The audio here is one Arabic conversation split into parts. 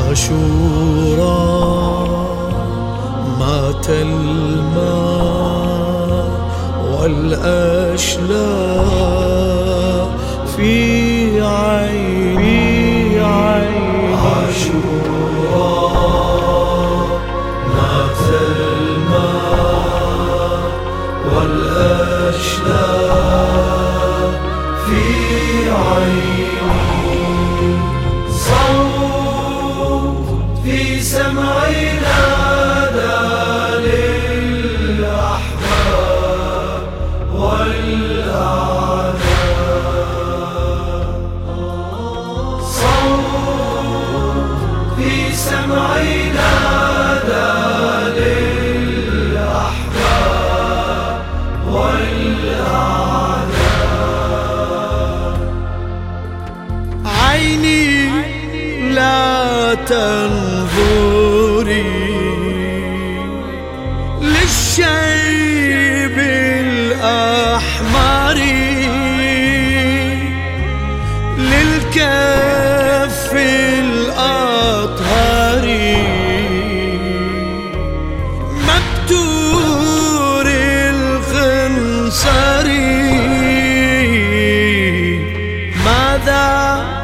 عاشوراء مات الماء والأشلاء في عيني عاشوراء مات الماء والأشلاء في عيني صوت في سمعي نادى للأحباب والأعداء صوت في سمعي نادى للأحباب والأعداء عيني لا تنظري للشيب الأحمر للكف الأطهر مبتور الخنصر ماذا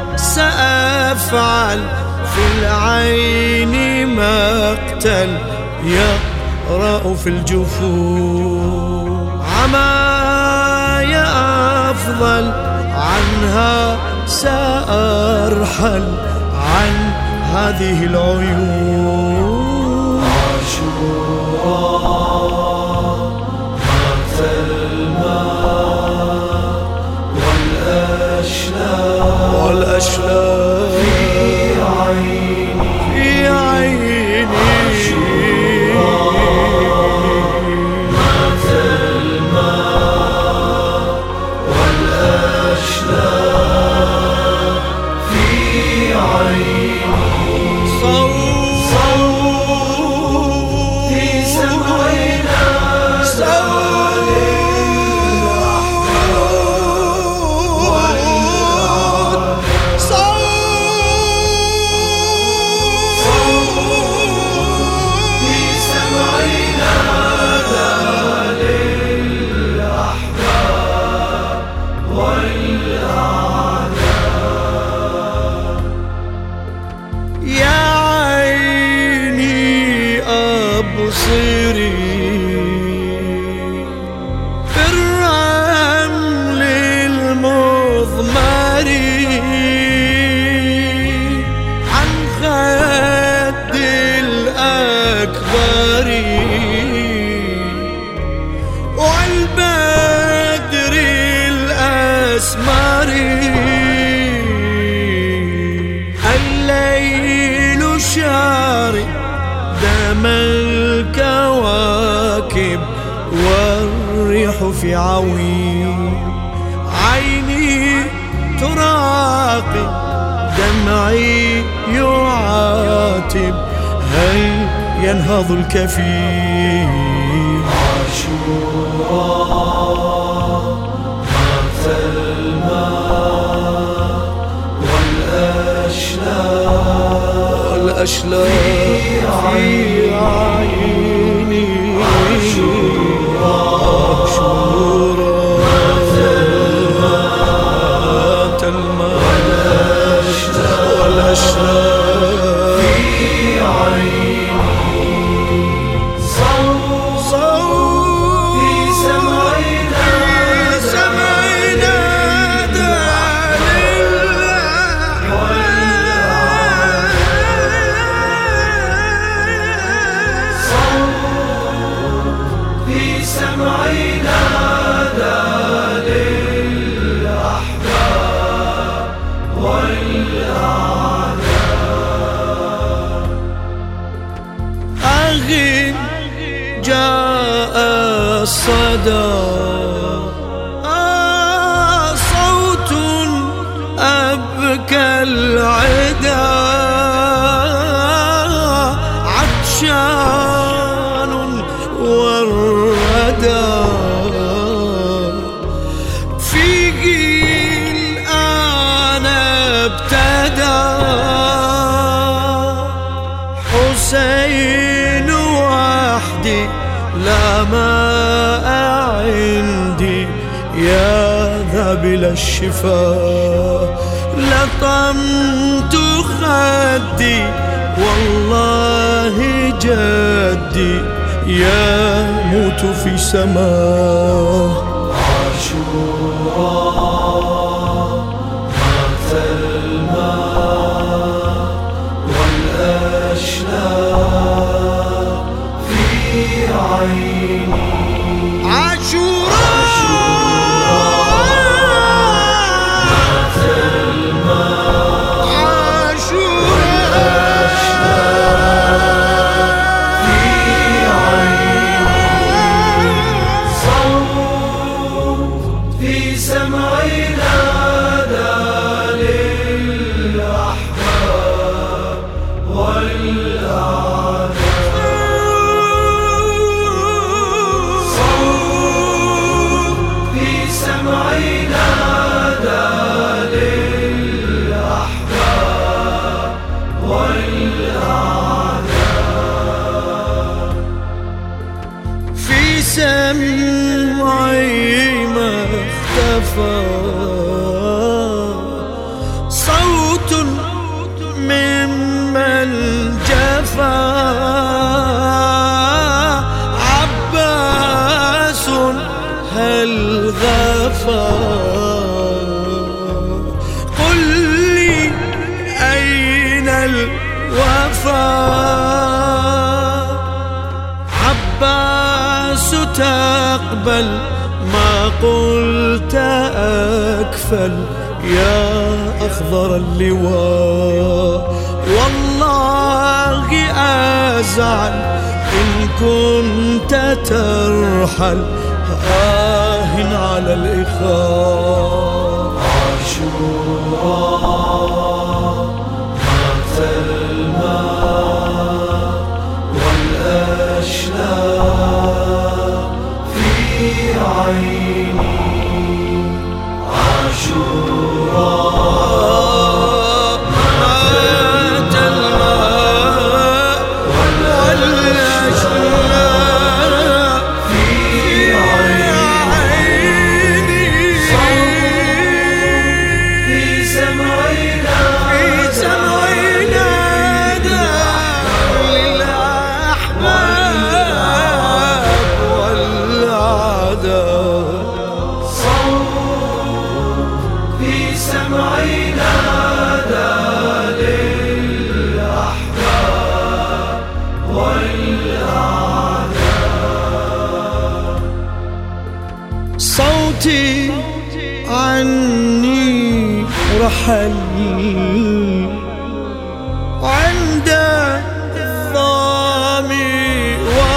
سأفعل في العين مقتل يقرأ في الجفون عمايا أفضل عنها سأرحل عن هذه العيون عاشوراء مات الماء والأشلاء في عيني مات الماء والأشلاء في عيني صوت في سمعنا بصيري في الرمل المضمر عن خد الأكبر والبدر الأسمر الليل شارد دم الكواكب والريح في عويل عيني تراقب دمعي يعاتب هل ينهض الكفيل عاشوراء مات الماء والأشلاء في عيني عاشوراء مات الماء والأشلاء في عيني صوت في سمعنا سمعي نادى للأحباب والأعداء أغن جاء الصدى صوت أبكى العدا عطشان والردى فيه الآن ابتدى حسين وحدي لا ماء عندي يا ذابل الشفاء. لطمت خدي والله جدي يموت في سماه. عاشوراء مات الماء والأشلاء في عيني. سمعي ما اختفى صوت ممن جفا. عباس هل غفى قل لي أين الوفاء. عباس تقبل ما قلت أكفل يا أخضر اللواء. والله أزعل إن كنت ترحل آه على الإخاء. عاشوراء مات الماء والأشلاء في عيني. عاشوراء مات الماء والأشلاء في عيني. في سمعنا صوتي عني رحل عند الظامي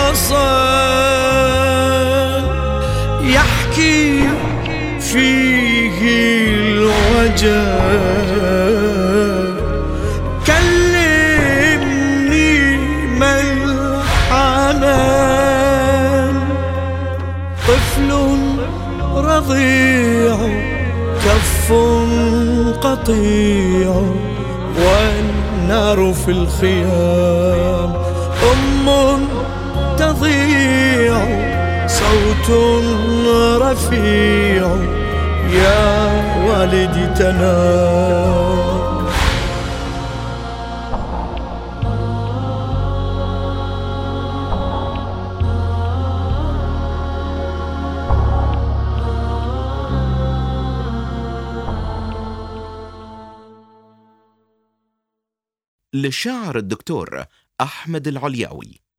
وصل يحكي فيه الوجل. كلمني ما الحنان طفل رضيع كف قطيع والنار في الخيام. أم تضيع صوت رفيع يا والدي تنام. للشاعر الدكتور أحمد العلياوي.